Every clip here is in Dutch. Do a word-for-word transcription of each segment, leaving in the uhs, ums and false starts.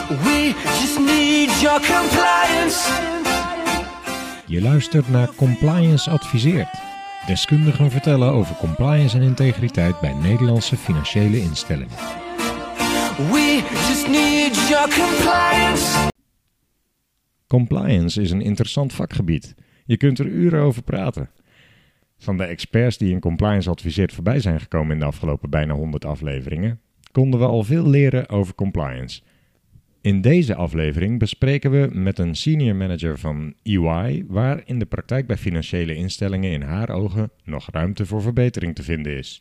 We just need your compliance. Je luistert naar Compliance Adviseert. Deskundigen vertellen over compliance en integriteit bij Nederlandse financiële instellingen. We just need your compliance. Compliance is een interessant vakgebied. Je kunt er uren over praten. Van de experts die in Compliance Adviseert voorbij zijn gekomen in de afgelopen bijna honderd afleveringen, konden we al veel leren over compliance. In deze aflevering bespreken we met een senior manager van E Y waar in de praktijk bij financiële instellingen in haar ogen nog ruimte voor verbetering te vinden is.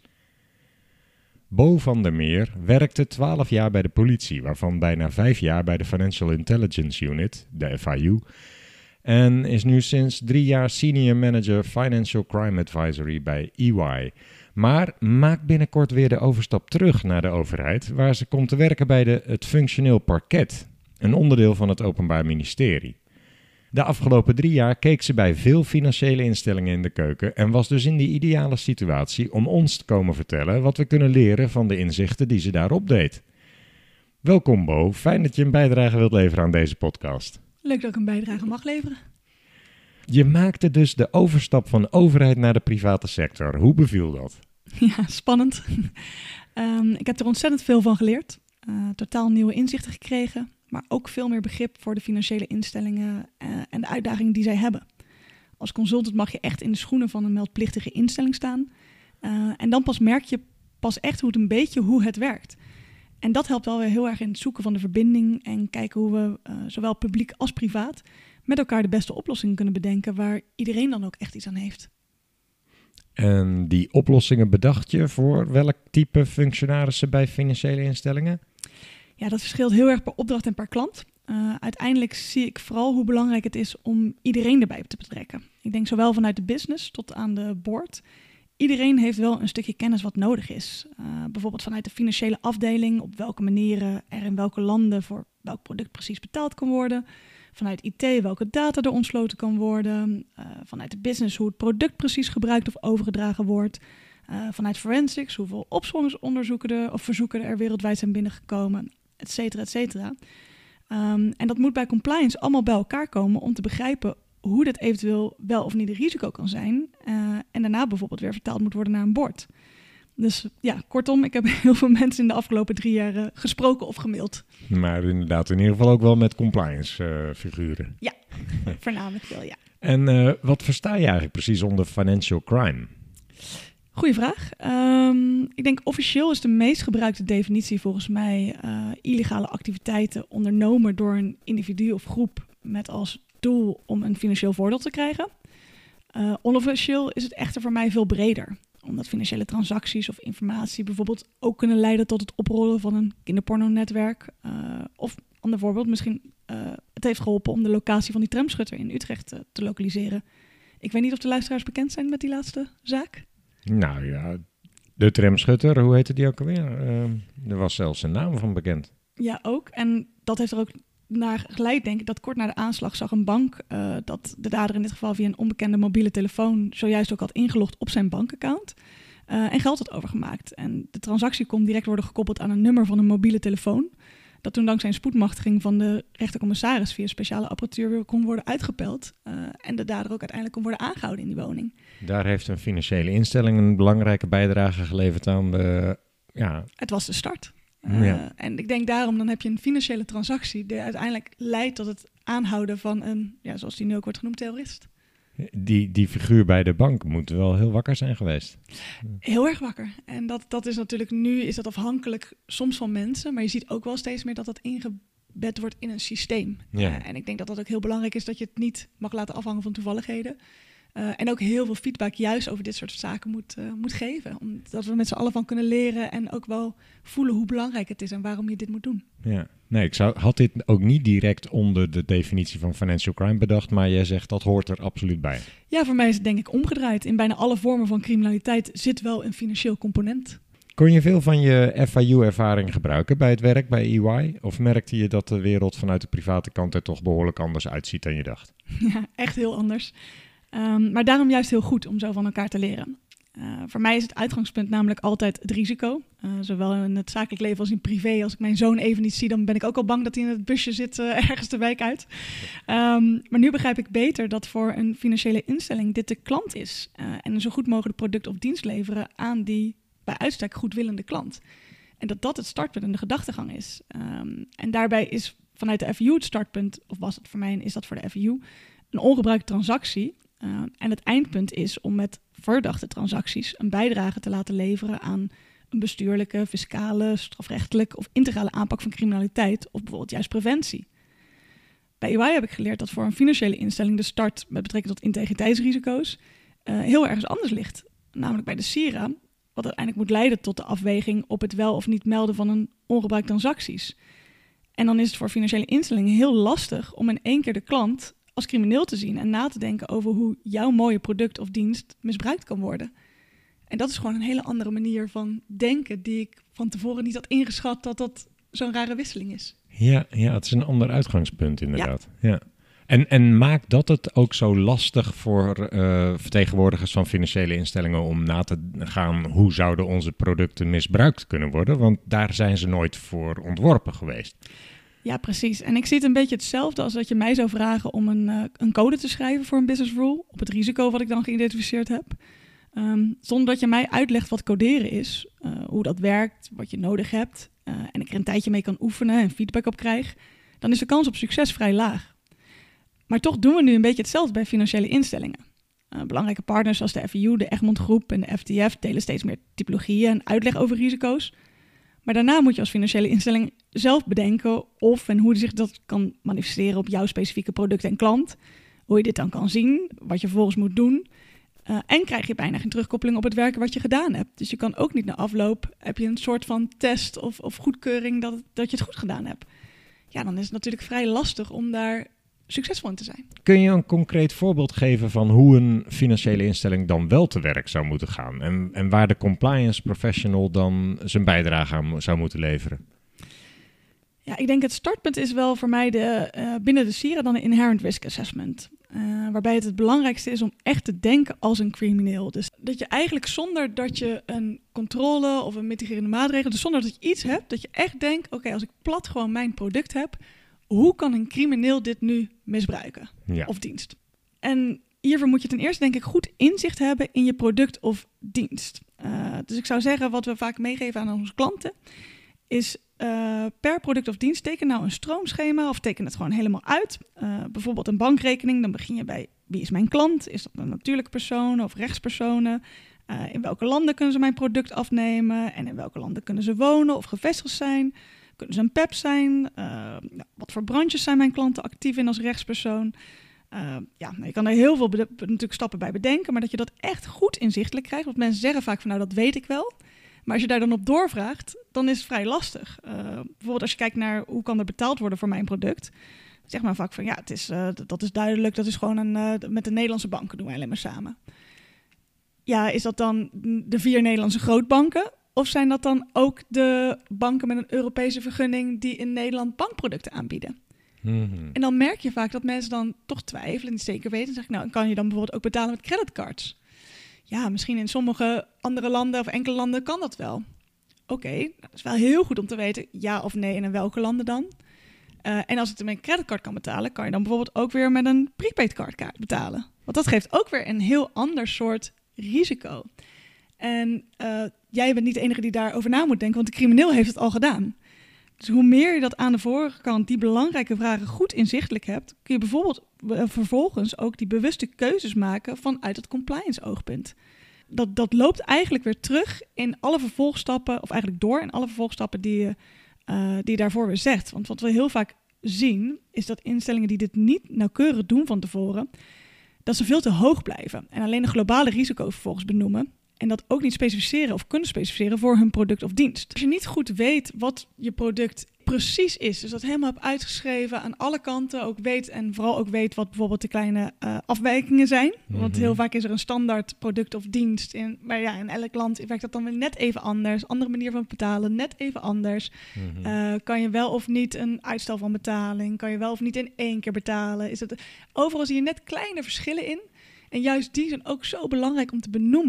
Bo van der Meer werkte twaalf jaar bij de politie, waarvan bijna vijf jaar bij de Financial Intelligence Unit, de F I U, en is nu sinds drie jaar senior manager Financial Crime Advisory bij E Y. Maar maakt binnenkort weer de overstap terug naar de overheid, waar ze komt te werken bij de, het functioneel parket, een onderdeel van het Openbaar Ministerie. De afgelopen drie jaar keek ze bij veel financiële instellingen in de keuken en was dus in die ideale situatie om ons te komen vertellen wat we kunnen leren van de inzichten die ze daarop deed. Welkom Bo, fijn dat je een bijdrage wilt leveren aan deze podcast. Leuk dat ik een bijdrage mag leveren. Je maakte dus de overstap van overheid naar de private sector. Hoe beviel dat? Ja, spannend. um, ik heb er ontzettend veel van geleerd. Uh, totaal nieuwe inzichten gekregen, maar ook veel meer begrip voor de financiële instellingen uh, en de uitdagingen die zij hebben. Als consultant mag je echt in de schoenen van een meldplichtige instelling staan. Uh, en dan pas merk je pas echt hoe het een beetje hoe het werkt. En dat helpt wel weer heel erg in het zoeken van de verbinding en kijken hoe we uh, zowel publiek als privaat met elkaar de beste oplossingen kunnen bedenken waar iedereen dan ook echt iets aan heeft. En die oplossingen bedacht je voor welk type functionarissen bij financiële instellingen? Ja, dat verschilt heel erg per opdracht en per klant. Uh, uiteindelijk zie ik vooral hoe belangrijk het is om iedereen erbij te betrekken. Ik denk zowel vanuit de business tot aan de board. Iedereen heeft wel een stukje kennis wat nodig is. Uh, bijvoorbeeld vanuit de financiële afdeling, op welke manieren er in welke landen voor welk product precies betaald kan worden. Vanuit I T welke data er ontsloten kan worden. Uh, vanuit de business hoe het product precies gebruikt of overgedragen wordt. Uh, vanuit forensics hoeveel opsporingsonderzoeken er, of verzoeken er wereldwijd zijn binnengekomen, et cetera, et cetera. Um, en dat moet bij compliance allemaal bij elkaar komen om te begrijpen hoe dat eventueel wel of niet een risico kan zijn. Uh, en daarna bijvoorbeeld weer vertaald moet worden naar een board. Dus ja, kortom, ik heb heel veel mensen in de afgelopen drie jaar uh, gesproken of gemaild. Maar inderdaad, in ieder geval ook wel met compliance uh, figuren. Ja, voornamelijk wel, ja. En uh, wat versta je eigenlijk precies onder financial crime? Goeie vraag. Um, ik denk officieel is de meest gebruikte definitie volgens mij uh, illegale activiteiten ondernomen door een individu of groep met als doel om een financieel voordeel te krijgen. Uh, onofficieel is het echter voor mij veel breder, omdat financiële transacties of informatie bijvoorbeeld ook kunnen leiden tot het oprollen van een kinderpornonetwerk. Uh, of ander voorbeeld, misschien uh, het heeft geholpen om de locatie van die tramschutter in Utrecht uh, te lokaliseren. Ik weet niet of de luisteraars bekend zijn met die laatste zaak. Nou ja, de tramschutter, hoe heette die ook alweer? Uh, er was zelfs een naam van bekend. Ja, ook. En dat heeft er ook naar geleid, denk ik, dat kort na de aanslag zag een bank uh, dat de dader in dit geval via een onbekende mobiele telefoon zojuist ook had ingelogd op zijn bankaccount uh, en geld had overgemaakt. En de transactie kon direct worden gekoppeld aan een nummer van een mobiele telefoon, dat toen dankzij een spoedmachtiging van de rechtercommissaris via speciale apparatuur weer kon worden uitgepeld uh, en de dader ook uiteindelijk kon worden aangehouden in die woning. Daar heeft een financiële instelling een belangrijke bijdrage geleverd aan de... Ja. Het was de start. Uh, ja. En ik denk daarom, dan heb je een financiële transactie die uiteindelijk leidt tot het aanhouden van een, ja, zoals die nu ook wordt genoemd, terrorist. Die, die figuur bij de bank moet wel heel wakker zijn geweest. Heel erg wakker. En dat, dat is natuurlijk, nu is dat afhankelijk soms van mensen, maar je ziet ook wel steeds meer dat dat ingebed wordt in een systeem. Ja. Uh, en ik denk dat dat ook heel belangrijk is, dat je het niet mag laten afhangen van toevalligheden. Uh, en ook heel veel feedback juist over dit soort zaken moet, uh, moet geven. Omdat we met z'n allen van kunnen leren en ook wel voelen hoe belangrijk het is en waarom je dit moet doen. Ja, nee, ik zou, had dit ook niet direct onder de definitie van financial crime bedacht, maar jij zegt dat hoort er absoluut bij. Ja, voor mij is het denk ik omgedraaid. In bijna alle vormen van criminaliteit zit wel een financieel component. Kon je veel van je F I U-ervaring gebruiken bij het werk bij E Y? Of merkte je dat de wereld vanuit de private kant er toch behoorlijk anders uitziet dan je dacht? Ja, echt heel anders. Um, maar daarom juist heel goed om zo van elkaar te leren. Uh, voor mij is het uitgangspunt namelijk altijd het risico. Uh, zowel in het zakelijk leven als in privé. Als ik mijn zoon even niet zie, dan ben ik ook al bang dat hij in het busje zit uh, ergens de wijk uit. Um, maar nu begrijp ik beter dat voor een financiële instelling dit de klant is. Uh, en een zo goed mogelijk product of dienst leveren aan die bij uitstek goedwillende klant. En dat dat het startpunt en de gedachtegang is. Um, en daarbij is vanuit de F I U het startpunt, of was het voor mij en is dat voor de F I U, een ongebruikte transactie. Uh, en het eindpunt is om met verdachte transacties een bijdrage te laten leveren aan een bestuurlijke, fiscale, strafrechtelijke of integrale aanpak van criminaliteit of bijvoorbeeld juist preventie. Bij E Y heb ik geleerd dat voor een financiële instelling de start met betrekking tot integriteitsrisico's uh, heel ergens anders ligt. Namelijk bij de SIRA, wat uiteindelijk moet leiden tot de afweging op het wel of niet melden van een ongebruikte transacties. En dan is het voor financiële instellingen heel lastig om in één keer de klant als crimineel te zien en na te denken over hoe jouw mooie product of dienst misbruikt kan worden. En dat is gewoon een hele andere manier van denken die ik van tevoren niet had ingeschat dat dat zo'n rare wisseling is. Ja, ja, het is een ander uitgangspunt inderdaad. Ja. Ja. En, en maakt dat het ook zo lastig voor uh, vertegenwoordigers van financiële instellingen om na te gaan hoe zouden onze producten misbruikt kunnen worden? Want daar zijn ze nooit voor ontworpen geweest. Ja, precies. En ik zie het een beetje hetzelfde als dat je mij zou vragen om een, uh, een code te schrijven voor een business rule op het risico wat ik dan geïdentificeerd heb. Um, zonder dat je mij uitlegt wat coderen is, uh, hoe dat werkt, wat je nodig hebt uh, en ik er een tijdje mee kan oefenen en feedback op krijg, dan is de kans op succes vrij laag. Maar toch doen we nu een beetje hetzelfde bij financiële instellingen. Uh, belangrijke partners als de F I U, de Egmont Groep en de F T F delen steeds meer typologieën en uitleg over risico's. Maar daarna moet je als financiële instelling zelf bedenken of en hoe zich dat kan manifesteren op jouw specifieke product en klant. Hoe je dit dan kan zien, wat je vervolgens moet doen. Uh, en krijg je bijna geen terugkoppeling op het werken wat je gedaan hebt. Dus je kan ook niet na afloop, heb je een soort van test of, of goedkeuring dat, dat je het goed gedaan hebt. Ja, dan is het natuurlijk vrij lastig om daar succesvol in te zijn. Kun je een concreet voorbeeld geven van hoe een financiële instelling dan wel te werk zou moeten gaan? En, en waar de compliance professional dan zijn bijdrage aan zou moeten leveren? Ja, ik denk het startpunt is wel voor mij de, uh, binnen de SIRA dan een inherent risk assessment. Uh, waarbij het het belangrijkste is om echt te denken als een crimineel. Dus dat je eigenlijk zonder dat je een controle of een mitigerende maatregel, dus zonder dat je iets hebt, dat je echt denkt, oké, okay, als ik plat gewoon mijn product heb, hoe kan een crimineel dit nu misbruiken? Ja. Of dienst? En hiervoor moet je ten eerste denk ik goed inzicht hebben in je product of dienst. Uh, dus ik zou zeggen, wat we vaak meegeven aan onze klanten, is uh, per product of dienst teken nou een stroomschema of teken het gewoon helemaal uit. Uh, bijvoorbeeld een bankrekening, dan begin je bij wie is mijn klant? Is dat een natuurlijke persoon of rechtspersonen? Uh, in welke landen kunnen ze mijn product afnemen? En in welke landen kunnen ze wonen of gevestigd zijn? Kunnen ze een P E P zijn? Uh, nou, wat voor branches zijn mijn klanten actief in als rechtspersoon? Uh, ja, nou, je kan er heel veel bede- natuurlijk stappen bij bedenken, maar dat je dat echt goed inzichtelijk krijgt. Want mensen zeggen vaak van nou, dat weet ik wel. Maar als je daar dan op doorvraagt, dan is het vrij lastig. Uh, bijvoorbeeld als je kijkt naar hoe kan er betaald worden voor mijn product. Zeg maar vaak van ja, het is, uh, dat is duidelijk. Dat is gewoon een, uh, met de Nederlandse banken doen wij alleen maar samen. Ja, is dat dan de vier Nederlandse grootbanken? Of zijn dat dan ook de banken met een Europese vergunning die in Nederland bankproducten aanbieden? Mm-hmm. En dan merk je vaak dat mensen dan toch twijfelen en niet zeker weten. Dan zeg ik, nou, kan je dan bijvoorbeeld ook betalen met creditcards? Ja, misschien in sommige andere landen of enkele landen kan dat wel. Oké, okay, dat is wel heel goed om te weten ja of nee en in welke landen dan. Uh, en als ik het met een creditcard kan betalen, kan je dan bijvoorbeeld ook weer met een prepaid cardkaart betalen. Want dat geeft ook weer een heel ander soort risico. En uh, jij bent niet de enige die daarover na moet denken, want de crimineel heeft het al gedaan. Dus hoe meer je dat aan de voorkant die belangrijke vragen goed inzichtelijk hebt, kun je bijvoorbeeld uh, vervolgens ook die bewuste keuzes maken vanuit het compliance oogpunt. Dat, dat loopt eigenlijk weer terug in alle vervolgstappen, of eigenlijk door in alle vervolgstappen die je, uh, die je daarvoor weer zegt. Want wat we heel vaak zien, is dat instellingen die dit niet nauwkeurig doen van tevoren, dat ze veel te hoog blijven en alleen de globale risico's vervolgens benoemen. En dat ook niet specificeren of kunnen specificeren voor hun product of dienst. Als je niet goed weet wat je product precies is, dus dat helemaal hebt uitgeschreven aan alle kanten, ook weet en vooral ook weet wat bijvoorbeeld de kleine uh, afwijkingen zijn. Mm-hmm. Want heel vaak is er een standaard product of dienst. In, maar ja, in elk land werkt dat dan weer net even anders. Andere manier van betalen, net even anders. Mm-hmm. Uh, kan je wel of niet een uitstel van betaling? Kan je wel of niet in één keer betalen? Is het, overal zie je net kleine verschillen in. En juist die zijn ook zo belangrijk om te benoemen,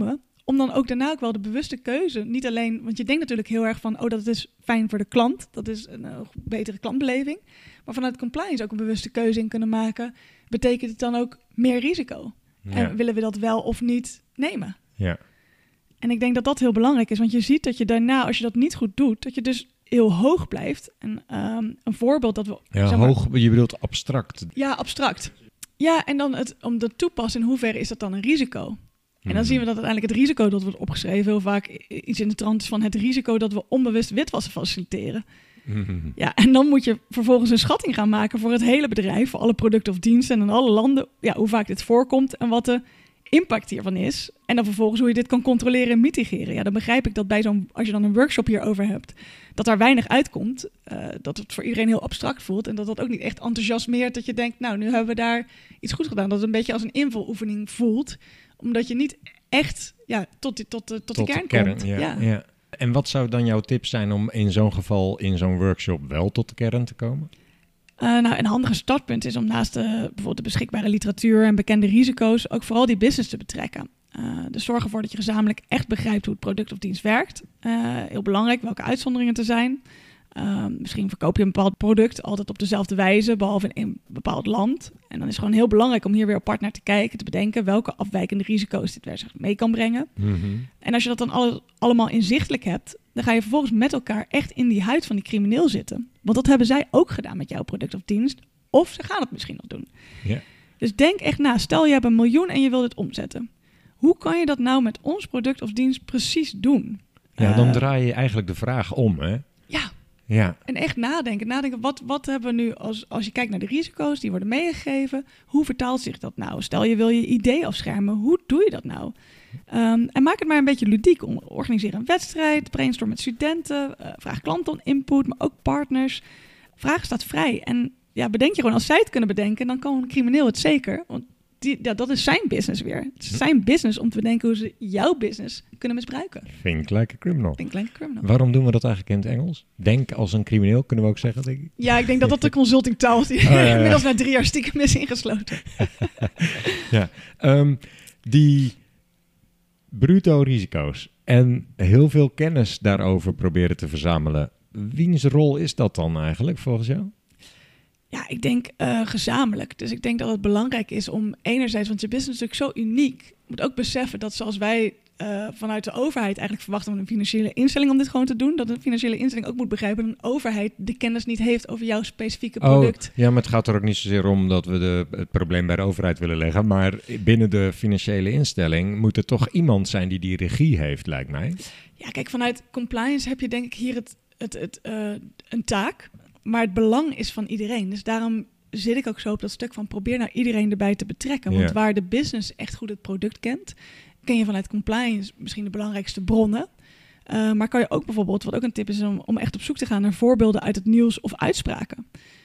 om dan ook daarna ook wel de bewuste keuze, niet alleen, want je denkt natuurlijk heel erg van, oh, dat is fijn voor de klant, dat is een uh, betere klantbeleving, maar vanuit compliance ook een bewuste keuze in kunnen maken, betekent het dan ook meer risico? Ja. En willen we dat wel of niet nemen? Ja. En ik denk dat dat heel belangrijk is, want je ziet dat je daarna, als je dat niet goed doet, dat je dus heel hoog blijft. En um, een voorbeeld dat we... Ja, zeg maar, hoog, je bedoelt abstract. Ja, abstract. Ja, en dan het, om dat toepassen, in hoeverre is dat dan een risico? En dan zien we dat uiteindelijk het risico dat wordt opgeschreven heel vaak iets in de trant is van het risico dat we onbewust witwassen faciliteren. Mm-hmm. Ja, en dan moet je vervolgens een schatting gaan maken voor het hele bedrijf, voor alle producten of diensten en in alle landen, ja, hoe vaak dit voorkomt en wat de impact hiervan is. En dan vervolgens hoe je dit kan controleren en mitigeren. Ja, dan begrijp ik dat bij zo'n, als je dan een workshop hierover hebt, dat daar weinig uitkomt, uh, dat het voor iedereen heel abstract voelt en dat dat ook niet echt enthousiasmeert, dat je denkt, nou, nu hebben we daar iets goed gedaan. Dat het een beetje als een invuloefening voelt, omdat je niet echt ja, tot, die, tot, de, tot, tot de kern, de kern komt. Ja, ja. Ja. En wat zou dan jouw tip zijn om in zo'n geval, in zo'n workshop, wel tot de kern te komen? Uh, nou, een handige startpunt is om naast de, bijvoorbeeld de beschikbare literatuur en bekende risico's ook vooral die business te betrekken. Uh, dus zorg ervoor dat je gezamenlijk echt begrijpt hoe het product of dienst werkt. Uh, heel belangrijk welke uitzonderingen er zijn. Uh, misschien verkoop je een bepaald product altijd op dezelfde wijze, behalve in een bepaald land. En dan is het gewoon heel belangrijk om hier weer apart naar te kijken, te bedenken welke afwijkende risico's dit weer mee kan brengen. Mm-hmm. En als je dat dan alle, allemaal inzichtelijk hebt, dan ga je vervolgens met elkaar echt in die huid van die crimineel zitten. Want dat hebben zij ook gedaan met jouw product of dienst. Of ze gaan het misschien nog doen. Yeah. Dus denk echt na. Stel je hebt een miljoen en je wil dit omzetten. Hoe kan je dat nou met ons product of dienst precies doen? Ja, dan uh, draai je eigenlijk de vraag om, hè? Ja. Ja. En echt nadenken. Nadenken, wat, wat hebben we nu, als, als je kijkt naar de risico's die worden meegegeven, hoe vertaalt zich dat nou? Stel je wil je idee afschermen, hoe doe je dat nou? Um, en maak het maar een beetje ludiek. Organiseer een wedstrijd, brainstorm met studenten, uh, vraag klanten om input, maar ook partners. Vraag staat vrij. En ja, bedenk je gewoon, als zij het kunnen bedenken, dan kan een crimineel het zeker. Want die, ja, dat is zijn business weer. Het is zijn business om te bedenken hoe ze jouw business kunnen misbruiken. Think like a criminal. Think like a criminal. Waarom doen we dat eigenlijk in het Engels? Denk als een crimineel, kunnen we ook zeggen, denk ik. Ja, ik denk dat dat de consultingtaal is die oh, ja, ja. inmiddels na drie jaar stiekem is ingesloten. ja, um, die bruto risico's en heel veel kennis daarover proberen te verzamelen. Wiens rol is dat dan eigenlijk volgens jou? Ja, ik denk uh, gezamenlijk. Dus ik denk dat het belangrijk is om enerzijds, want je business is natuurlijk zo uniek, je moet ook beseffen dat zoals wij uh, vanuit de overheid eigenlijk verwachten van een financiële instelling om dit gewoon te doen, dat een financiële instelling ook moet begrijpen dat een overheid de kennis niet heeft over jouw specifieke product. Oh, ja, maar het gaat er ook niet zozeer om dat we de, het probleem bij de overheid willen leggen, maar binnen de financiële instelling moet er toch iemand zijn die die regie heeft, lijkt mij. Ja, kijk, vanuit compliance heb je denk ik hier het, het, het, uh, een taak. Maar het belang is van iedereen. Dus daarom zit ik ook zo op dat stuk van probeer nou iedereen erbij te betrekken. Want ja. waar de business echt goed het product kent, ken je vanuit compliance misschien de belangrijkste bronnen. Uh, maar kan je ook bijvoorbeeld, wat ook een tip is om, om echt op zoek te gaan naar voorbeelden uit het nieuws of uitspraken.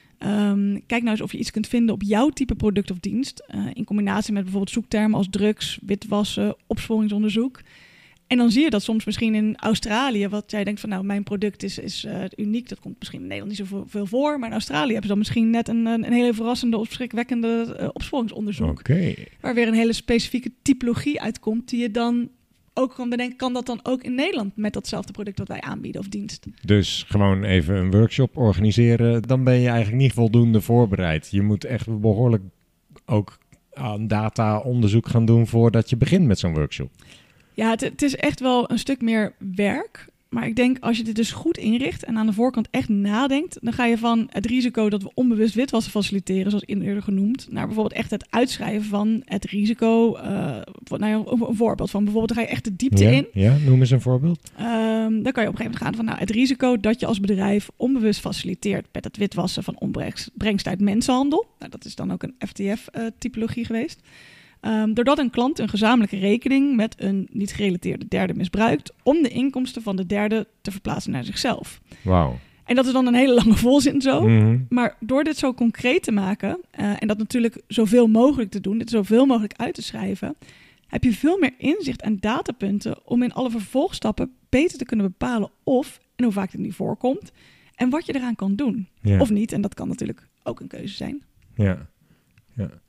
Um, kijk nou eens of je iets kunt vinden op jouw type product of dienst. Uh, in combinatie met bijvoorbeeld zoektermen als drugs, witwassen, opsporingsonderzoek. En dan zie je dat soms misschien in Australië, wat jij denkt van nou, mijn product is, is uh, uniek. Dat komt misschien in Nederland niet zoveel voor. Maar in Australië hebben ze dan misschien net een, een hele verrassende, opschrikwekkende uh, opsporingsonderzoek. Okay. Waar weer een hele specifieke typologie uitkomt die je dan ook kan bedenken. Kan dat dan ook in Nederland met datzelfde product dat wij aanbieden of dienst? Dus gewoon even een workshop organiseren. Dan ben je eigenlijk niet voldoende voorbereid. Je moet echt behoorlijk ook aan data-onderzoek gaan doen voordat je begint met zo'n workshop. Ja, het, het is echt wel een stuk meer werk. Maar ik denk, als je dit dus goed inricht en aan de voorkant echt nadenkt, dan ga je van het risico dat we onbewust witwassen faciliteren, zoals eerder genoemd, naar bijvoorbeeld echt het uitschrijven van het risico. Uh, nou ja, een voorbeeld van bijvoorbeeld, dan ga je echt de diepte ja, in. Ja, noem eens een voorbeeld. Um, dan kan je op een gegeven moment gaan van nou, het risico dat je als bedrijf onbewust faciliteert met het witwassen van onbrengst uit mensenhandel. Nou, dat is dan ook een F T F-typologie uh, geweest. Um, doordat een klant een gezamenlijke rekening met een niet gerelateerde derde misbruikt om de inkomsten van de derde te verplaatsen naar zichzelf. Wauw. En dat is dan een hele lange volzin zo. Mm-hmm. Maar door dit zo concreet te maken uh, en dat natuurlijk zoveel mogelijk te doen, dit zoveel mogelijk uit te schrijven, heb je veel meer inzicht en datapunten om in alle vervolgstappen beter te kunnen bepalen of en hoe vaak dit nu voorkomt en wat je eraan kan doen. Ja. Of niet. En dat kan natuurlijk ook een keuze zijn. Ja. Ja.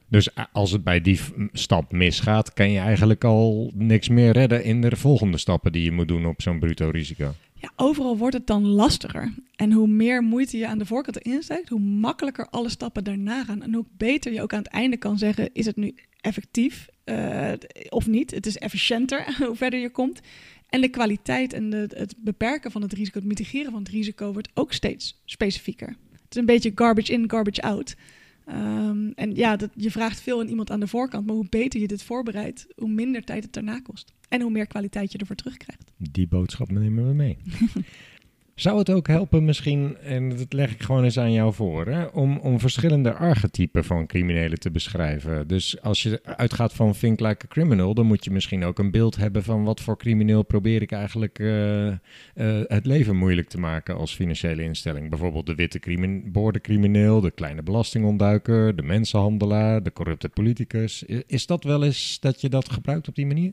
Dus als het bij die stap misgaat, kan je eigenlijk al niks meer redden in de volgende stappen die je moet doen op zo'n bruto risico. Ja, overal wordt het dan lastiger. En hoe meer moeite je aan de voorkant insteekt, hoe makkelijker alle stappen daarna gaan. En hoe beter je ook aan het einde kan zeggen, is het nu effectief uh, of niet? Het is efficiënter hoe verder je komt. En de kwaliteit en de, het beperken van het risico, het mitigeren van het risico wordt ook steeds specifieker. Het is een beetje garbage in, garbage out. Um, en ja, dat, je vraagt veel aan iemand aan de voorkant, maar hoe beter je dit voorbereidt, hoe minder tijd het daarna kost. En hoe meer kwaliteit je ervoor terugkrijgt. Die boodschap nemen we mee. Zou het ook helpen misschien, en dat leg ik gewoon eens aan jou voor, hè, om, om verschillende archetypen van criminelen te beschrijven? Dus als je uitgaat van think like a criminal, dan moet je misschien ook een beeld hebben van wat voor crimineel probeer ik eigenlijk uh, uh, het leven moeilijk te maken als financiële instelling. Bijvoorbeeld de witte crimin- boordencrimineel, de kleine belastingontduiker, de mensenhandelaar, de corrupte politicus. Is, is dat wel eens dat je dat gebruikt op die manier?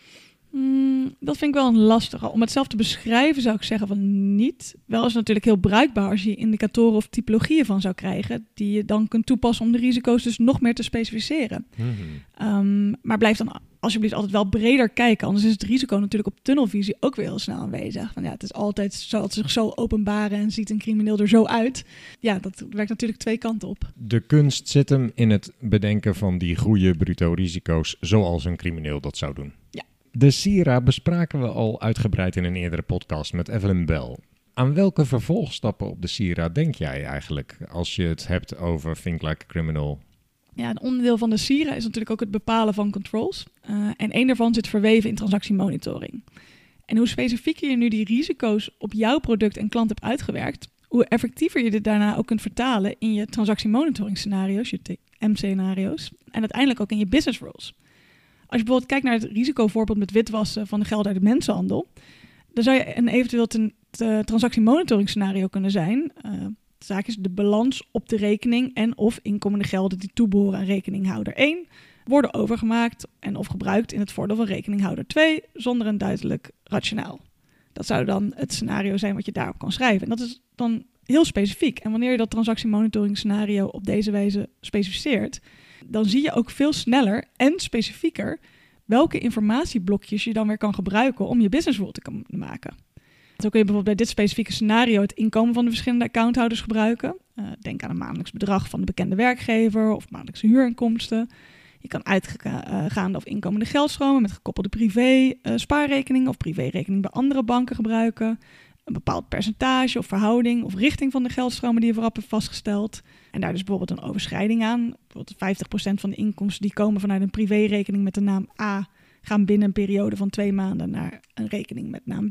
Mm, dat vind ik wel een lastige. Om het zelf te beschrijven zou ik zeggen van niet. Wel is het natuurlijk heel bruikbaar als je indicatoren of typologieën van zou krijgen, die je dan kunt toepassen om de risico's dus nog meer te specificeren. Mm-hmm. Um, maar blijf dan alsjeblieft altijd wel breder kijken. Anders is het risico natuurlijk op tunnelvisie ook weer heel snel aanwezig. Van ja, het is altijd zo, het zich zo openbaren en ziet een crimineel er zo uit. Ja, dat werkt natuurlijk twee kanten op. De kunst zit hem in het bedenken van die goede bruto risico's zoals een crimineel dat zou doen. Ja. De Sira bespraken we al uitgebreid in een eerdere podcast met Evelyn Bell. Aan welke vervolgstappen op de Sira denk jij eigenlijk als je het hebt over Think Like a Criminal? Ja, een onderdeel van de Sira is natuurlijk ook het bepalen van controls. Uh, en één daarvan zit verweven in transactiemonitoring. En hoe specifieker je nu die risico's op jouw product en klant hebt uitgewerkt, hoe effectiever je dit daarna ook kunt vertalen in je transactiemonitoring scenario's, je T M-scenario's, en uiteindelijk ook in je business rules. Als je bijvoorbeeld kijkt naar het risicovoorbeeld met witwassen van de geld uit de mensenhandel, dan zou je een eventueel ten, te transactiemonitoring scenario kunnen zijn. Uh, de zaak is de balans op de rekening en of inkomende gelden die toebehoren aan rekeninghouder één worden overgemaakt en of gebruikt in het voordeel van rekeninghouder twee zonder een duidelijk rationaal. Dat zou dan het scenario zijn wat je daarop kan schrijven. En dat is dan heel specifiek. En wanneer je dat transactiemonitoring scenario op deze wijze specificeert, dan zie je ook veel sneller en specifieker welke informatieblokjes je dan weer kan gebruiken om je business rule te kunnen maken. Zo kun je bijvoorbeeld bij dit specifieke scenario het inkomen van de verschillende accounthouders gebruiken. Uh, denk aan een maandelijks bedrag van de bekende werkgever of maandelijkse huurinkomsten. Je kan uitgaande of inkomende geldstromen met gekoppelde privé uh, spaarrekening of privérekening bij andere banken gebruiken. Een bepaald percentage of verhouding of richting van de geldstromen die je vooraf hebt vastgesteld. En daar dus bijvoorbeeld een overschrijding aan. Bijvoorbeeld vijftig procent van de inkomsten die komen vanuit een privérekening met de naam A gaan binnen een periode van twee maanden naar een rekening met naam B.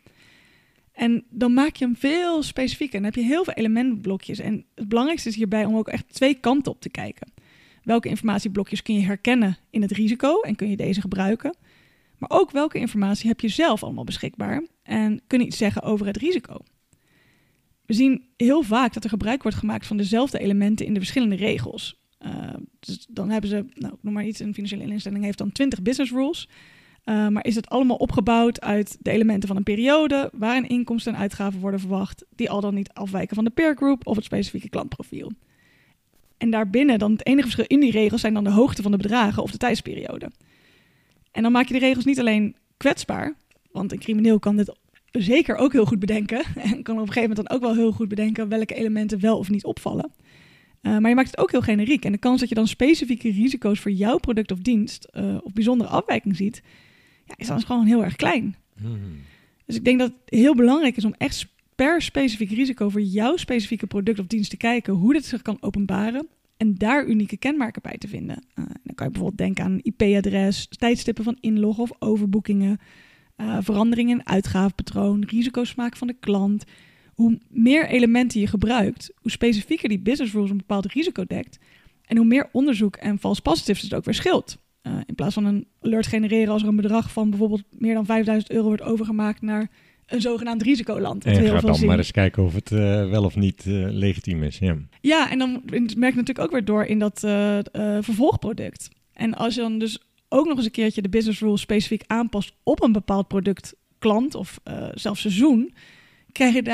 En dan maak je hem veel specifieker. Dan heb je heel veel elementblokjes. En het belangrijkste is hierbij om ook echt twee kanten op te kijken. Welke informatieblokjes kun je herkennen in het risico en kun je deze gebruiken? Maar ook welke informatie heb je zelf allemaal beschikbaar en kun je iets zeggen over het risico? We zien heel vaak dat er gebruik wordt gemaakt van dezelfde elementen in de verschillende regels. Uh, dus dan hebben ze, nou, noem maar iets, een financiële instelling heeft dan twintig business rules. Uh, maar is het allemaal opgebouwd uit de elementen van een periode waarin inkomsten en uitgaven worden verwacht, die al dan niet afwijken van de peer group of het specifieke klantprofiel. En daarbinnen dan het enige verschil in die regels zijn dan de hoogte van de bedragen of de tijdsperiode. En dan maak je de regels niet alleen kwetsbaar, want een crimineel kan dit zeker ook heel goed bedenken en kan op een gegeven moment dan ook wel heel goed bedenken welke elementen wel of niet opvallen. Uh, maar je maakt het ook heel generiek en de kans dat je dan specifieke risico's voor jouw product of dienst uh, of bijzondere afwijking ziet, ja, is dan gewoon heel erg klein. Hmm. Dus ik denk dat het heel belangrijk is om echt per specifiek risico voor jouw specifieke product of dienst te kijken hoe dit zich kan openbaren en daar unieke kenmerken bij te vinden. Uh, dan kan je bijvoorbeeld denken aan een I P-adres, tijdstippen van inloggen of overboekingen, uh, veranderingen in uitgavenpatroon, risicosmaak van de klant. Hoe meer elementen je gebruikt, hoe specifieker die business rules een bepaald risico dekt en hoe meer onderzoek en false positives het ook weer scheelt. Uh, in plaats van een alert genereren als er een bedrag van bijvoorbeeld meer dan vijfduizend euro wordt overgemaakt naar een zogenaamd risicoland. En je gaat dan zien. Maar eens kijken of het uh, wel of niet uh, legitiem is. Ja. ja, en dan merk je natuurlijk ook weer door in dat uh, uh, vervolgproduct. En als je dan dus ook nog eens een keertje de business rules specifiek aanpast op een bepaald product, klant of uh, zelfs seizoen, krijg je daar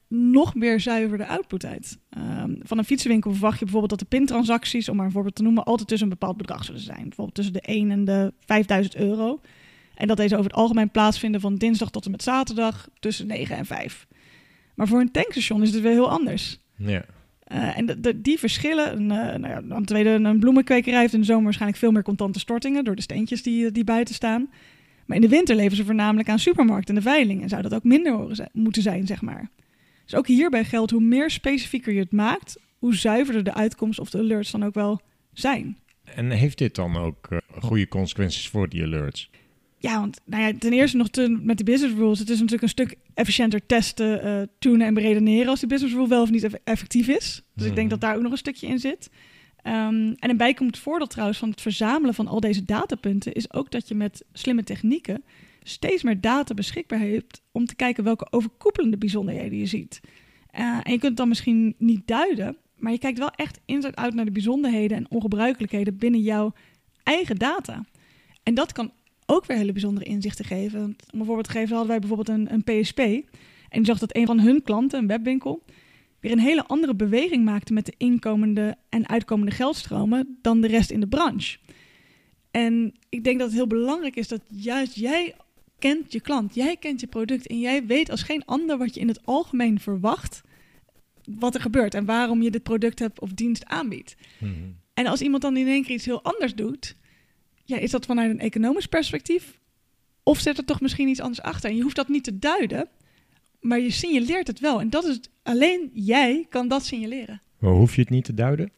nog meer zuiverde output uit. Um, van een fietsenwinkel verwacht je bijvoorbeeld dat de pintransacties, om maar een voorbeeld te noemen, altijd tussen een bepaald bedrag zullen zijn. Bijvoorbeeld tussen de één en de vijfduizend euro. En dat deze over het algemeen plaatsvinden van dinsdag tot en met zaterdag tussen negen en vijf. Maar voor een tankstation is het weer heel anders. Ja. Uh, en de, de, die verschillen, een, uh, nou ja, een tweede, een bloemenkwekerij heeft in de zomer waarschijnlijk veel meer contante stortingen door de steentjes die, die buiten staan. Maar in de winter leven ze voornamelijk aan supermarkten en de veiling en zou dat ook minder horen zijn, moeten zijn, zeg maar. Dus ook hierbij geldt, hoe meer specifieker je het maakt, hoe zuiverder de uitkomst of de alerts dan ook wel zijn. En heeft dit dan ook uh, goede consequenties voor die alerts? Ja, want nou ja, ten eerste nog te, met die business rules. Het is natuurlijk een stuk efficiënter testen, uh, tunen en beredeneren als die business rule wel of niet effectief is. Dus mm-hmm. ik denk dat daar ook nog een stukje in zit. Um, en een bijkomend voordeel trouwens van het verzamelen van al deze datapunten is ook dat je met slimme technieken steeds meer data beschikbaar hebt om te kijken welke overkoepelende bijzonderheden je ziet. Uh, en je kunt het dan misschien niet duiden, maar je kijkt wel echt inside-out naar de bijzonderheden en ongebruikelijkheden binnen jouw eigen data. En dat kan ook weer hele bijzondere inzichten geven. Want om een voorbeeld te geven hadden wij bijvoorbeeld een, een P S P. En die zag dat een van hun klanten, een webwinkel, weer een hele andere beweging maakte met de inkomende en uitkomende geldstromen dan de rest in de branche. En ik denk dat het heel belangrijk is dat juist jij kent je klant, jij kent je product en jij weet als geen ander wat je in het algemeen verwacht wat er gebeurt en waarom je dit product hebt of dienst aanbiedt. Mm-hmm. En als iemand dan in één keer iets heel anders doet, ja, is dat vanuit een economisch perspectief of zit er toch misschien iets anders achter? En je hoeft dat niet te duiden, maar je signaleert het wel. En dat is het, alleen jij kan dat signaleren. Maar hoef je het niet te duiden?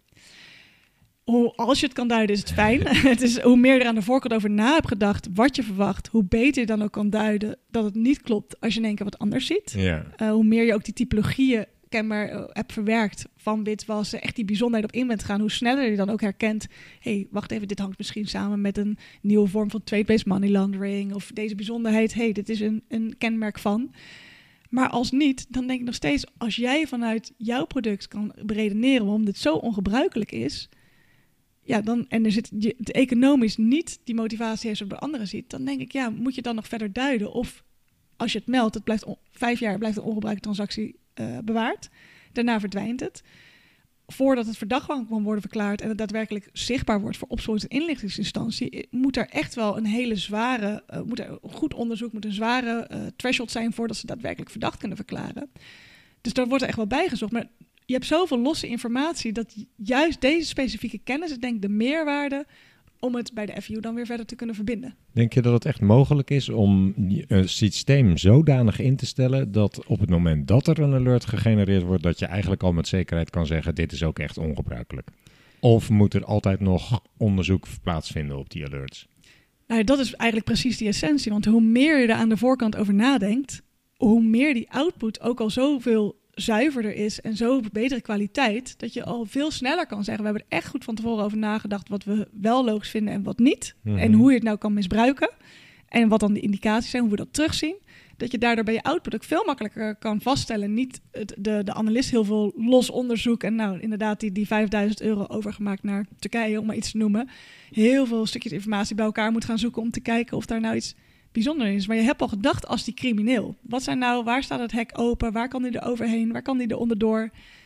Oh, als je het kan duiden, is het fijn. Het is, hoe meer je er aan de voorkant over na hebt gedacht, wat je verwacht, hoe beter je dan ook kan duiden dat het niet klopt als je in één keer wat anders ziet. Ja. Uh, hoe meer je ook die typologieën kenbaar uh, hebt verwerkt van witwassen, echt die bijzonderheden op in bent gaan, hoe sneller je dan ook herkent, hé, hey, wacht even, dit hangt misschien samen met een nieuwe vorm van trade-based money laundering, of deze bijzonderheid, hé, hey, dit is een, een kenmerk van. Maar als niet, dan denk ik nog steeds, als jij vanuit jouw product kan beredeneren waarom dit zo ongebruikelijk is, ja, dan, en er zit je, het economisch niet die motivatie heeft zoals bij anderen ziet, dan denk ik, ja, moet je dan nog verder duiden? Of als je het meldt, het blijft on, vijf jaar blijft een ongebruikte transactie uh, bewaard. Daarna verdwijnt het. Voordat het verdacht kan worden verklaard en het daadwerkelijk zichtbaar wordt voor opsporings- en inlichtingsinstantie, moet er echt wel een hele zware, uh, moet er een goed onderzoek, moet een zware uh, threshold zijn voordat ze daadwerkelijk verdacht kunnen verklaren. Dus daar wordt er echt wel bijgezocht. Maar je hebt zoveel losse informatie dat juist deze specifieke kennis is denk ik de meerwaarde om het bij de F I U dan weer verder te kunnen verbinden. Denk je dat het echt mogelijk is om een systeem zodanig in te stellen dat op het moment dat er een alert gegenereerd wordt, dat je eigenlijk al met zekerheid kan zeggen, dit is ook echt ongebruikelijk? Of moet er altijd nog onderzoek plaatsvinden op die alerts? Nou, dat is eigenlijk precies die essentie. Want hoe meer je er aan de voorkant over nadenkt, hoe meer die output ook al zoveel zuiverder is en zo betere kwaliteit, dat je al veel sneller kan zeggen, we hebben er echt goed van tevoren over nagedacht wat we wel logisch vinden en wat niet. Mm-hmm. En hoe je het nou kan misbruiken. En wat dan de indicaties zijn, hoe we dat terugzien. Dat je daardoor bij je output ook veel makkelijker kan vaststellen. Niet het, de, de analist heel veel los onderzoek en nou inderdaad die, die vijfduizend euro overgemaakt naar Turkije, om maar iets te noemen. Heel veel stukjes informatie bij elkaar moet gaan zoeken om te kijken of daar nou iets bijzonder is. Maar je hebt al gedacht als die crimineel. Wat zijn nou, waar staat het hek open? Waar kan die er overheen? Waar kan die er onderdoor?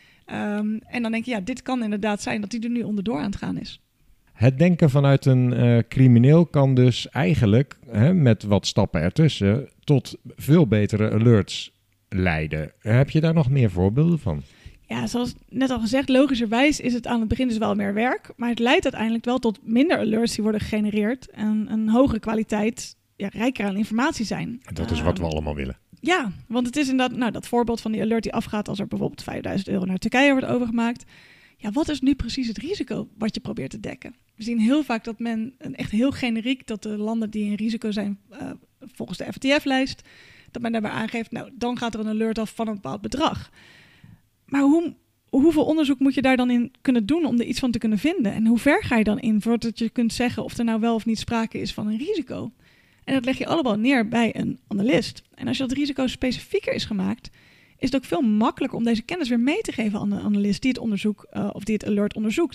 Um, en dan denk je, ja, dit kan inderdaad zijn dat die er nu onderdoor aan het gaan is. Het denken vanuit een uh, crimineel kan dus eigenlijk, hè, met wat stappen ertussen, tot veel betere alerts leiden. Heb je daar nog meer voorbeelden van? Ja, zoals net al gezegd, logischerwijs is het aan het begin dus wel meer werk. Maar het leidt uiteindelijk wel tot minder alerts die worden gegenereerd. En een hogere kwaliteit, ja, rijker aan informatie zijn. Dat is wat we allemaal willen. Ja, want het is inderdaad, nou, dat voorbeeld van die alert die afgaat als er bijvoorbeeld vijfduizend euro naar Turkije wordt overgemaakt. Ja, wat is nu precies het risico wat je probeert te dekken? We zien heel vaak dat men, echt heel generiek, dat de landen die in risico zijn uh, volgens de F A T F-lijst, dat men daarbij aangeeft, nou, dan gaat er een alert af van een bepaald bedrag. Maar hoe, hoeveel onderzoek moet je daar dan in kunnen doen om er iets van te kunnen vinden? En hoe ver ga je dan in voordat je kunt zeggen of er nou wel of niet sprake is van een risico? En dat leg je allemaal neer bij een analist. En als je dat risico specifieker is gemaakt, is het ook veel makkelijker om deze kennis weer mee te geven aan de analist die het onderzoek uh, of die het alert onderzoekt.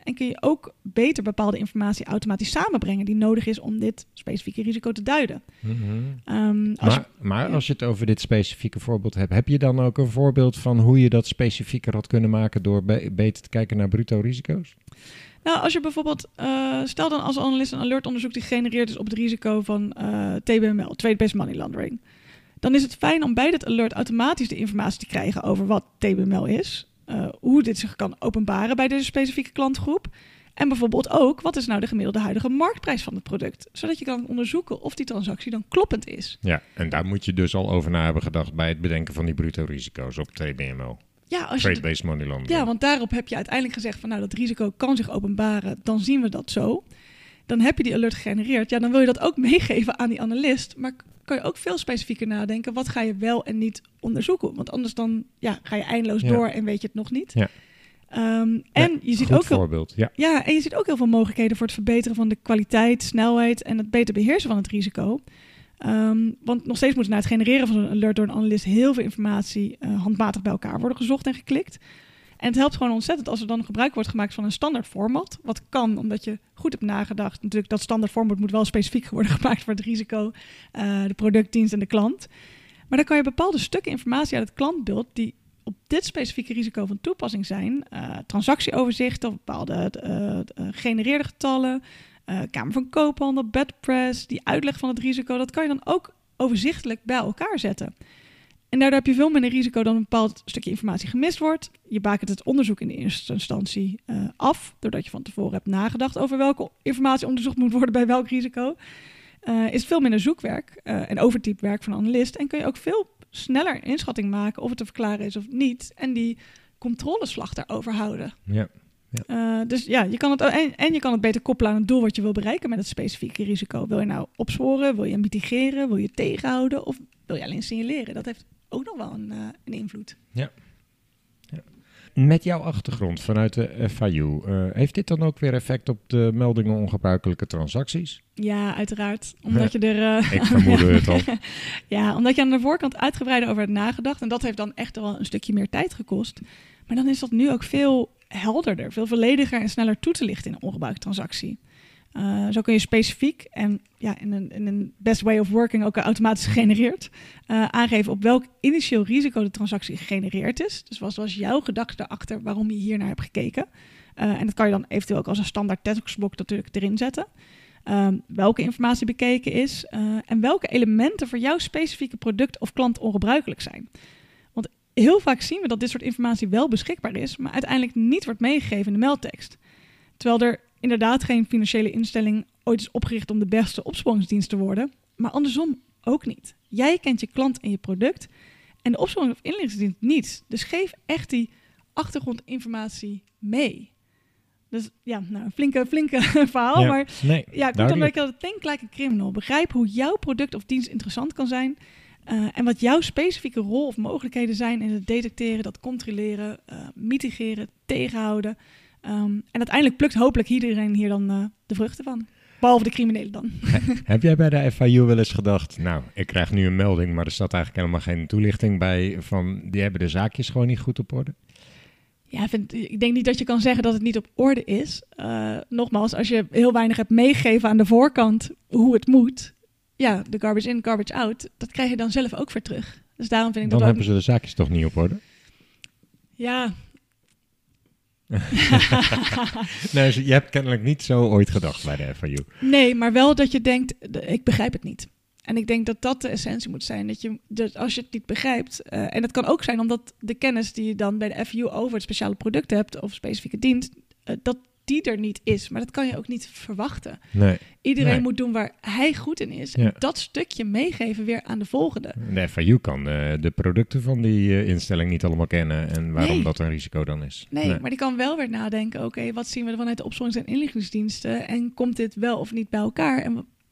En kun je ook beter bepaalde informatie automatisch samenbrengen die nodig is om dit specifieke risico te duiden. Mm-hmm. Um, als Maar, je, maar ja. als je het over dit specifieke voorbeeld hebt, heb je dan ook een voorbeeld van hoe je dat specifieker had kunnen maken door be- beter te kijken naar bruto risico's? Nou, als je bijvoorbeeld, uh, stel dan als analist een alertonderzoek die gegenereerd is op het risico van uh, T B M L, Trade-Based Money Laundering. Dan is het fijn om bij dit alert automatisch de informatie te krijgen over wat T B M L is, uh, hoe dit zich kan openbaren bij deze specifieke klantgroep. En bijvoorbeeld ook, wat is nou de gemiddelde huidige marktprijs van het product? Zodat je kan onderzoeken of die transactie dan kloppend is. Ja, en daar moet je dus al over na hebben gedacht bij het bedenken van die bruto risico's op T B M L. Ja, als je Trade-based money laundering. Ja, want daarop heb je uiteindelijk gezegd van nou, dat risico kan zich openbaren, dan zien we dat zo. Dan heb je die alert gegenereerd. Ja, dan wil je dat ook meegeven aan die analist. Maar kan je ook veel specifieker nadenken, wat ga je wel en niet onderzoeken? Want anders dan ja, ga je eindeloos Ja. door en weet je het nog niet. Ja. Um, en Ja, je ziet goed ook heel, voorbeeld. Ja. ja, en je ziet ook heel veel mogelijkheden voor het verbeteren van de kwaliteit, snelheid en het beter beheersen van het risico. Um, want nog steeds moet er na het genereren van een alert door een analist heel veel informatie uh, handmatig bij elkaar worden gezocht en geklikt. En het helpt gewoon ontzettend als er dan gebruik wordt gemaakt van een standaard format. Wat kan, omdat je goed hebt nagedacht. Natuurlijk, dat standaard format moet wel specifiek worden gemaakt voor het risico, uh, de productdienst en de klant. Maar dan kan je bepaalde stukken informatie uit het klantbeeld die op dit specifieke risico van toepassing zijn, uh, transactieoverzichten of bepaalde uh, uh, genereerde getallen, uh, Kamer van Koophandel, bedpress, die uitleg van het risico, dat kan je dan ook overzichtelijk bij elkaar zetten. En daardoor heb je veel minder risico dan een bepaald stukje informatie gemist wordt. Je bakent het onderzoek in de eerste instantie uh, af, doordat je van tevoren hebt nagedacht over welke informatie onderzocht moet worden bij welk risico. Uh, is veel minder zoekwerk uh, en overtypewerk van een analist en kun je ook veel sneller inschatting maken of het te verklaren is of niet. En die controleslag daarover houden. Ja. Ja. Uh, dus ja, je kan het, en, en je kan het beter koppelen aan het doel wat je wil bereiken met het specifieke risico. Wil je nou opsporen, wil je mitigeren, wil je tegenhouden of wil je alleen signaleren? Dat heeft ook nog wel een, uh, een invloed. Ja. Ja. Met jouw achtergrond vanuit de F I U, uh, heeft dit dan ook weer effect op de meldingen ongebruikelijke transacties? Ja, uiteraard. Omdat je er... Uh, Ik vermoedde het al. Ja, omdat je aan de voorkant uitgebreider over hebt nagedacht. En dat heeft dan echt wel een stukje meer tijd gekost. Maar dan is dat nu ook veel helderder, veel vollediger en sneller toe te lichten in een ongebruikte transactie. Uh, zo kun je specifiek en ja, in, een, in een best way of working ook automatisch gegenereerd uh, aangeven op welk initieel risico de transactie gegenereerd is. Dus wat was jouw gedachte erachter waarom je hier naar hebt gekeken? Uh, en dat kan je dan eventueel ook als een standaard tekstblok natuurlijk erin zetten. Um, welke informatie bekeken is uh, en welke elementen voor jouw specifieke product of klant ongebruikelijk zijn. Want heel vaak zien we dat dit soort informatie wel beschikbaar is, maar uiteindelijk niet wordt meegegeven in de meldtekst. Terwijl er inderdaad geen financiële instelling ooit is opgericht om de beste opsporingsdienst te worden, maar andersom ook niet. Jij kent je klant en je product en de opsporings- of inlichtingsdienst niet. Dus geef echt die achtergrondinformatie mee. Dus ja, nou, een flinke, flinke verhaal, Ja, maar nee, ja, kortom, duidelijk. dat ik think like a criminal. Begrijp hoe jouw product of dienst interessant kan zijn uh, en wat jouw specifieke rol of mogelijkheden zijn in het detecteren, dat controleren, uh, mitigeren, tegenhouden. Um, en uiteindelijk plukt hopelijk iedereen hier dan uh, de vruchten van. Behalve de criminelen dan. Heb jij bij de F I U wel eens gedacht, nou, ik krijg nu een melding, maar er staat eigenlijk helemaal geen toelichting bij van, die hebben de zaakjes gewoon niet goed op orde? Ja, ik, vind, ik denk niet dat je kan zeggen dat het niet op orde is. Uh, nogmaals, als je heel weinig hebt meegegeven aan de voorkant hoe het moet, ja, de garbage in, garbage out, dat krijg je dan zelf ook weer terug. Dus daarom vind ik Dan dat hebben ook... ze de zaakjes toch niet op orde? Ja. Nee, je hebt kennelijk niet zo ooit gedacht bij de F I U. Nee, maar wel dat je denkt, ik begrijp het niet. En ik denk dat dat de essentie moet zijn. Dat je, dat als je het niet begrijpt, uh, en dat kan ook zijn omdat de kennis die je dan bij de F I U over het speciale product hebt of specifieke dienst, uh, dat die er niet is. Maar dat kan je ook niet verwachten. Nee. Iedereen Nee. moet doen waar hij goed in is. Ja. En dat stukje meegeven weer aan de volgende. De F I U kan de, de producten van die uh, instelling niet allemaal kennen en waarom Nee. dat een risico dan is. Nee, nee, maar die kan wel weer nadenken, oké, okay, wat zien we er vanuit de opsporings- en inlichtingsdiensten en komt dit wel of niet bij elkaar? En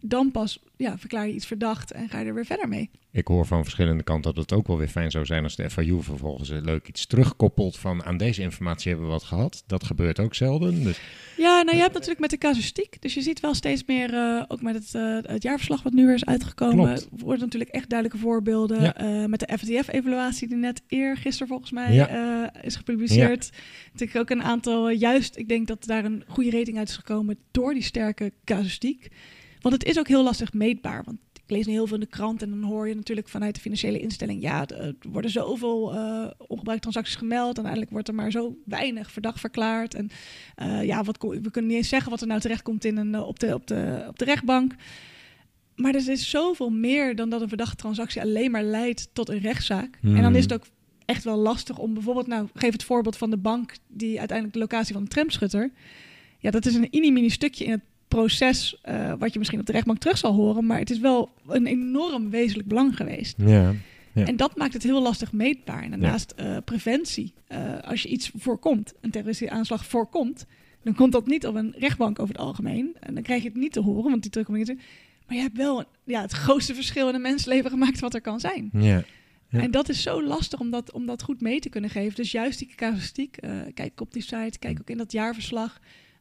dan pas ja, verklaar je iets verdacht en ga je er weer verder mee. Ik hoor van verschillende kanten dat het ook wel weer fijn zou zijn als de F A U vervolgens leuk iets terugkoppelt van aan deze informatie hebben we wat gehad. Dat gebeurt ook zelden. Dus... Ja, nou je hebt natuurlijk met de casuïstiek, dus je ziet wel steeds meer, uh, ook met het, uh, het jaarverslag wat nu weer is uitgekomen, Klopt. worden natuurlijk echt duidelijke voorbeelden. Ja. Uh, met de F A T F-evaluatie die net eergisteren volgens mij Ja. uh, is gepubliceerd. Ja. Natuurlijk ook een aantal, uh, juist, ik denk dat daar een goede rating uit is gekomen door die sterke casuïstiek. Want het is ook heel lastig meetbaar, want ik lees nu heel veel in de krant en dan hoor je natuurlijk vanuit de financiële instelling, ja, er worden zoveel uh, ongebruikte transacties gemeld en uiteindelijk wordt er maar zo weinig verdacht verklaard. En uh, ja, wat, we kunnen niet eens zeggen wat er nou terecht komt in een, op, de, op, de, op de rechtbank. Maar er is zoveel meer dan dat een verdachte transactie alleen maar leidt tot een rechtszaak. Hmm. En dan is het ook echt wel lastig om bijvoorbeeld, nou, geef het voorbeeld van de bank die uiteindelijk de locatie van de tramschutter. Ja, dat is een mini-mini stukje in het proces uh, wat je misschien op de rechtbank terug zal horen, maar het is wel een enorm wezenlijk belang geweest. Ja, ja. En dat maakt het heel lastig meetbaar. En daarnaast uh, preventie. Uh, als je iets voorkomt, een terroristische aanslag voorkomt, dan komt dat niet op een rechtbank over het algemeen. En dan krijg je het niet te horen, want die terugkomt. Maar je hebt wel ja, het grootste verschil in een mensleven gemaakt wat er kan zijn. Ja. Ja. En dat is zo lastig om dat, om dat goed mee te kunnen geven. Dus juist die casuïstiek, uh, kijk op die site, kijk ook in dat jaarverslag.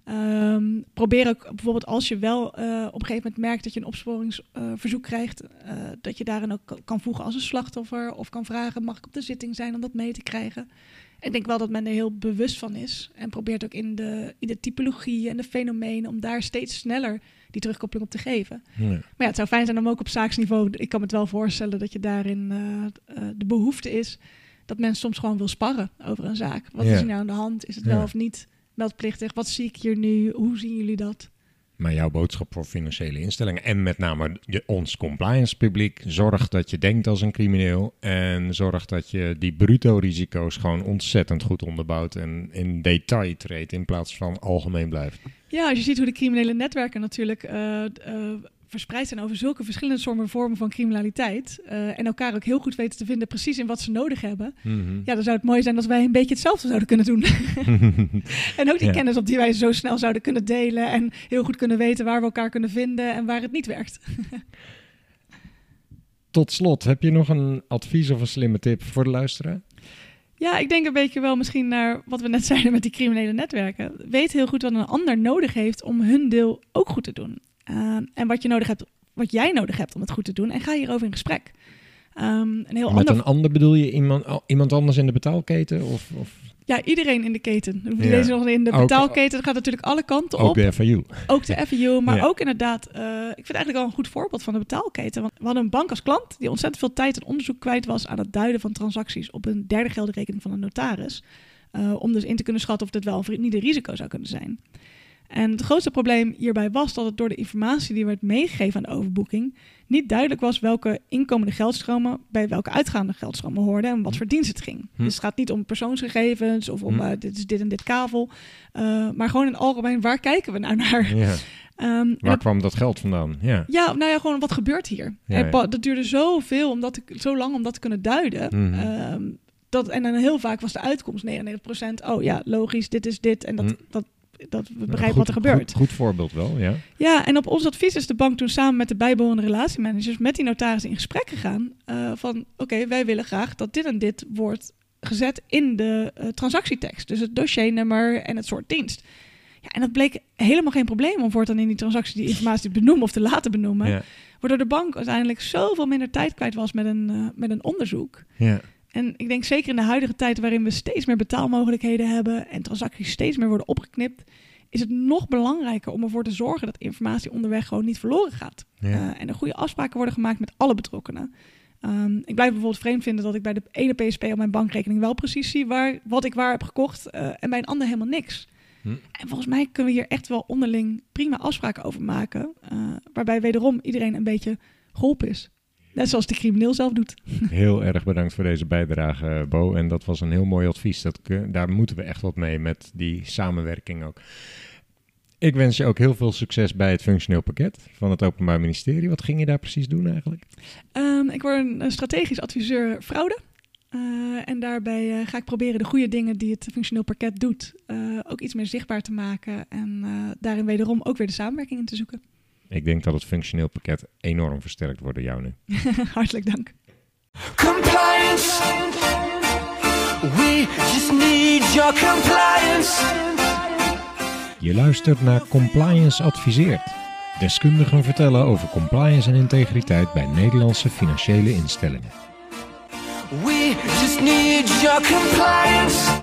Um, probeer ook bijvoorbeeld als je wel uh, op een gegeven moment merkt dat je een opsporingsverzoek uh, krijgt, uh, dat je daarin ook kan voegen als een slachtoffer of kan vragen, mag ik op de zitting zijn om dat mee te krijgen? Ik denk wel dat men er heel bewust van is en probeert ook in de, in de typologie en de fenomenen om daar steeds sneller die terugkoppeling op te geven. Ja. Maar ja, het zou fijn zijn om ook op zaaksniveau, ik kan me het wel voorstellen dat je daarin uh, uh, de behoefte is dat men soms gewoon wil sparren over een zaak. Wat ja. is er nou aan de hand? Is het ja. wel of niet meldplichtig? Wat zie ik hier nu? Hoe zien jullie dat? Maar jouw boodschap voor financiële instellingen en met name je, ons compliance publiek, zorg dat je denkt als een crimineel en zorg dat je die bruto risico's gewoon ontzettend goed onderbouwt en in detail treedt in plaats van algemeen blijft. Ja, als je ziet hoe de criminele netwerken natuurlijk uh, uh, verspreid zijn over zulke verschillende soorten vormen van criminaliteit uh, en elkaar ook heel goed weten te vinden precies in wat ze nodig hebben. Mm-hmm. Ja, dan zou het mooi zijn als wij een beetje hetzelfde zouden kunnen doen. En ook die ja. kennis op die wij zo snel zouden kunnen delen en heel goed kunnen weten waar we elkaar kunnen vinden en waar het niet werkt. Tot slot, heb je nog een advies of een slimme tip voor de luisteraar? Ja, ik denk een beetje wel misschien naar wat we net zeiden met die criminele netwerken. Weet heel goed wat een ander nodig heeft om hun deel ook goed te doen. Uh, en wat je nodig hebt, wat jij nodig hebt om het goed te doen. En ga hierover in gesprek. Um, een heel Met ander... een ander bedoel je iemand, iemand anders in de betaalketen? Of, of... Ja, iedereen in de keten. Ja. Deze nog in de betaalketen. Dat gaat natuurlijk alle kanten ook op. Ook de F A U. Ook de F A U, maar ja. ook inderdaad... Uh, ik vind eigenlijk wel een goed voorbeeld van de betaalketen. Want we hadden een bank als klant die ontzettend veel tijd en onderzoek kwijt was aan het duiden van transacties op een derde geldenrekening van een notaris. Uh, om dus in te kunnen schatten of dit wel of niet een risico zou kunnen zijn. En het grootste probleem hierbij was dat het door de informatie die werd meegegeven aan de overboeking niet duidelijk was welke inkomende geldstromen bij welke uitgaande geldstromen hoorden en wat voor dienst het ging. Hm. Dus het gaat niet om persoonsgegevens of om hm. uh, dit is dit en dit kavel, uh, maar gewoon in het algemeen, waar kijken we nou naar? Ja. Um, waar dat, kwam dat geld vandaan? Ja. ja, nou ja, gewoon wat gebeurt hier? Ja, ja. Dat duurde zoveel, om dat te, zo lang om dat te kunnen duiden. Hm. Um, dat, en dan heel vaak was de uitkomst negenennegentig procent. Oh ja, logisch, dit is dit en dat... Hm. dat dat we begrijpen goed, wat er gebeurt. Goed, goed voorbeeld wel, ja. Ja, en op ons advies is de bank toen samen met de bijbehorende relatiemanagers met die notaris in gesprek gegaan uh, van oké, okay, wij willen graag dat dit en dit wordt gezet in de uh, transactietekst. Dus het dossiernummer en het soort dienst. Ja, en dat bleek helemaal geen probleem om voortaan in die transactie die informatie te benoemen of te laten benoemen. Ja. Waardoor de bank uiteindelijk zoveel minder tijd kwijt was met een, uh, met een onderzoek. Ja. En ik denk zeker in de huidige tijd waarin we steeds meer betaalmogelijkheden hebben en transacties steeds meer worden opgeknipt, is het nog belangrijker om ervoor te zorgen dat informatie onderweg gewoon niet verloren gaat. Ja. Uh, en er goede afspraken worden gemaakt met alle betrokkenen. Um, ik blijf bijvoorbeeld vreemd vinden dat ik bij de ene P S P op mijn bankrekening wel precies zie waar, wat ik waar heb gekocht uh, en bij een ander helemaal niks. Hm. En volgens mij kunnen we hier echt wel onderling prima afspraken over maken, uh, waarbij wederom iedereen een beetje geholpen is. Net zoals de crimineel zelf doet. Heel erg bedankt voor deze bijdrage, Bo. En dat was een heel mooi advies. Dat, daar moeten we echt wat mee met die samenwerking ook. Ik wens je ook heel veel succes bij het functioneel pakket van het Openbaar Ministerie. Wat ging je daar precies doen eigenlijk? Um, ik word een strategisch adviseur fraude. Uh, en daarbij uh, ga ik proberen de goede dingen die het functioneel pakket doet uh, ook iets meer zichtbaar te maken. En uh, daarin wederom ook weer de samenwerking in te zoeken. Ik denk dat het functioneel pakket enorm versterkt wordt door jou nu. Hartelijk dank. Compliance. We just need your compliance. Je luistert naar Compliance Adviseert. Deskundigen vertellen over compliance en integriteit bij Nederlandse financiële instellingen. We just need your compliance.